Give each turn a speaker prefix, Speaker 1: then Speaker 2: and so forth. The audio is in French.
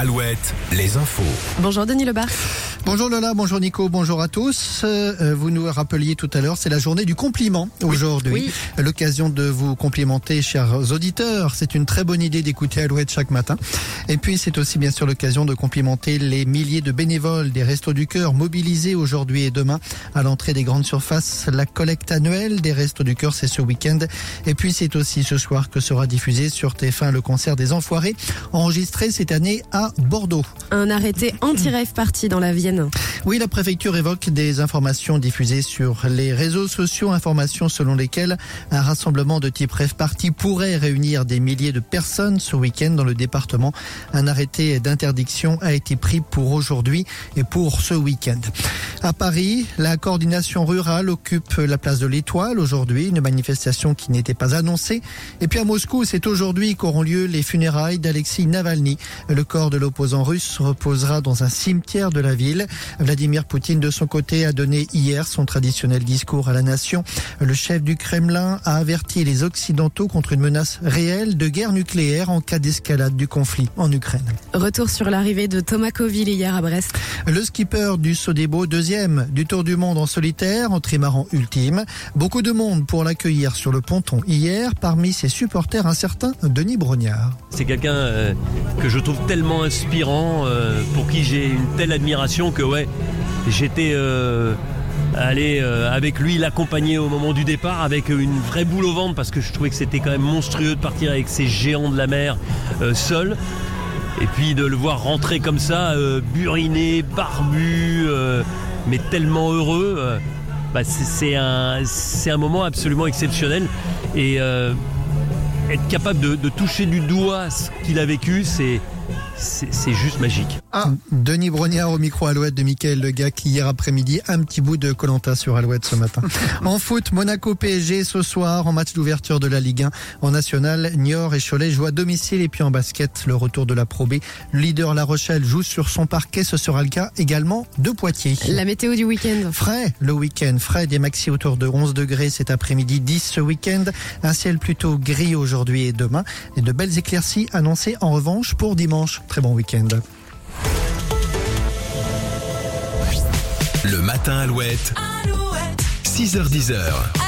Speaker 1: Alouette, les infos.
Speaker 2: Bonjour Denis Lebas.
Speaker 3: Bonjour Lola, bonjour Nico, bonjour à tous. Vous nous rappeliez tout à l'heure, c'est la journée du compliment aujourd'hui.
Speaker 2: Oui.
Speaker 3: L'occasion de vous complimenter, chers auditeurs. C'est une très bonne idée d'écouter Alouette chaque matin. Et puis c'est aussi bien sûr l'occasion de complimenter les milliers de bénévoles des Restos du Cœur mobilisés aujourd'hui et demain à l'entrée des grandes surfaces. La collecte annuelle des Restos du Cœur, c'est ce week-end. Et puis c'est aussi ce soir que sera diffusé sur TF1 le concert des Enfoirés, enregistré cette année à Bordeaux.
Speaker 2: Un arrêté anti-rave party dans la Vienne.
Speaker 3: Oui, la préfecture évoque des informations diffusées sur les réseaux sociaux, informations selon lesquelles un rassemblement de type rave party pourrait réunir des milliers de personnes ce week-end dans le département. Un arrêté d'interdiction a été pris pour aujourd'hui et pour ce week-end. À Paris, la coordination rurale occupe la place de l'Étoile aujourd'hui, une manifestation qui n'était pas annoncée. Et puis à Moscou, c'est aujourd'hui qu'auront lieu les funérailles d'Alexeï Navalny. Le corps de l'opposant russe reposera dans un cimetière de la ville. Vladimir Poutine, de son côté, a donné hier son traditionnel discours à la nation. Le chef du Kremlin a averti les Occidentaux contre une menace réelle de guerre nucléaire en cas d'escalade du conflit en Ukraine.
Speaker 2: Retour sur l'arrivée de Thomas Coville hier à Brest.
Speaker 3: Le skipper du Sodebo, deuxième du Tour du Monde en solitaire, en trimaran ultime. Beaucoup de monde pour l'accueillir sur le ponton hier. Parmi ses supporters, un certain Denis Brognard.
Speaker 4: C'est quelqu'un que je trouve tellement inspirant, pour qui j'ai une telle admiration que j'étais allé avec lui l'accompagner au moment du départ avec une vraie boule au ventre parce que je trouvais que c'était quand même monstrueux de partir avec ces géants de la mer seul. Et puis de le voir rentrer comme ça, buriné, barbu, mais tellement heureux, c'est un moment absolument exceptionnel. Et être capable de toucher du doigt ce qu'il a vécu, c'est juste magique.
Speaker 3: Denis Brognard au micro Alouette de Mickaël Legac hier après-midi, un petit bout de Koh-Lanta sur Alouette ce matin. En foot, Monaco PSG ce soir en match d'ouverture de la Ligue 1. En national, Niort et Cholet jouent à domicile et puis en basket, le retour de la Pro B. Le leader La Rochelle joue sur son parquet, ce sera le cas également de Poitiers.
Speaker 2: La météo du week-end.
Speaker 3: Frais le week-end, frais des maxi autour de 11 degrés cet après-midi, 10 ce week-end. Un ciel plutôt gris aujourd'hui et demain. Et de belles éclaircies annoncées en revanche pour dimanche. Très bon week-end.
Speaker 1: Le matin Alouette. 6h-10h.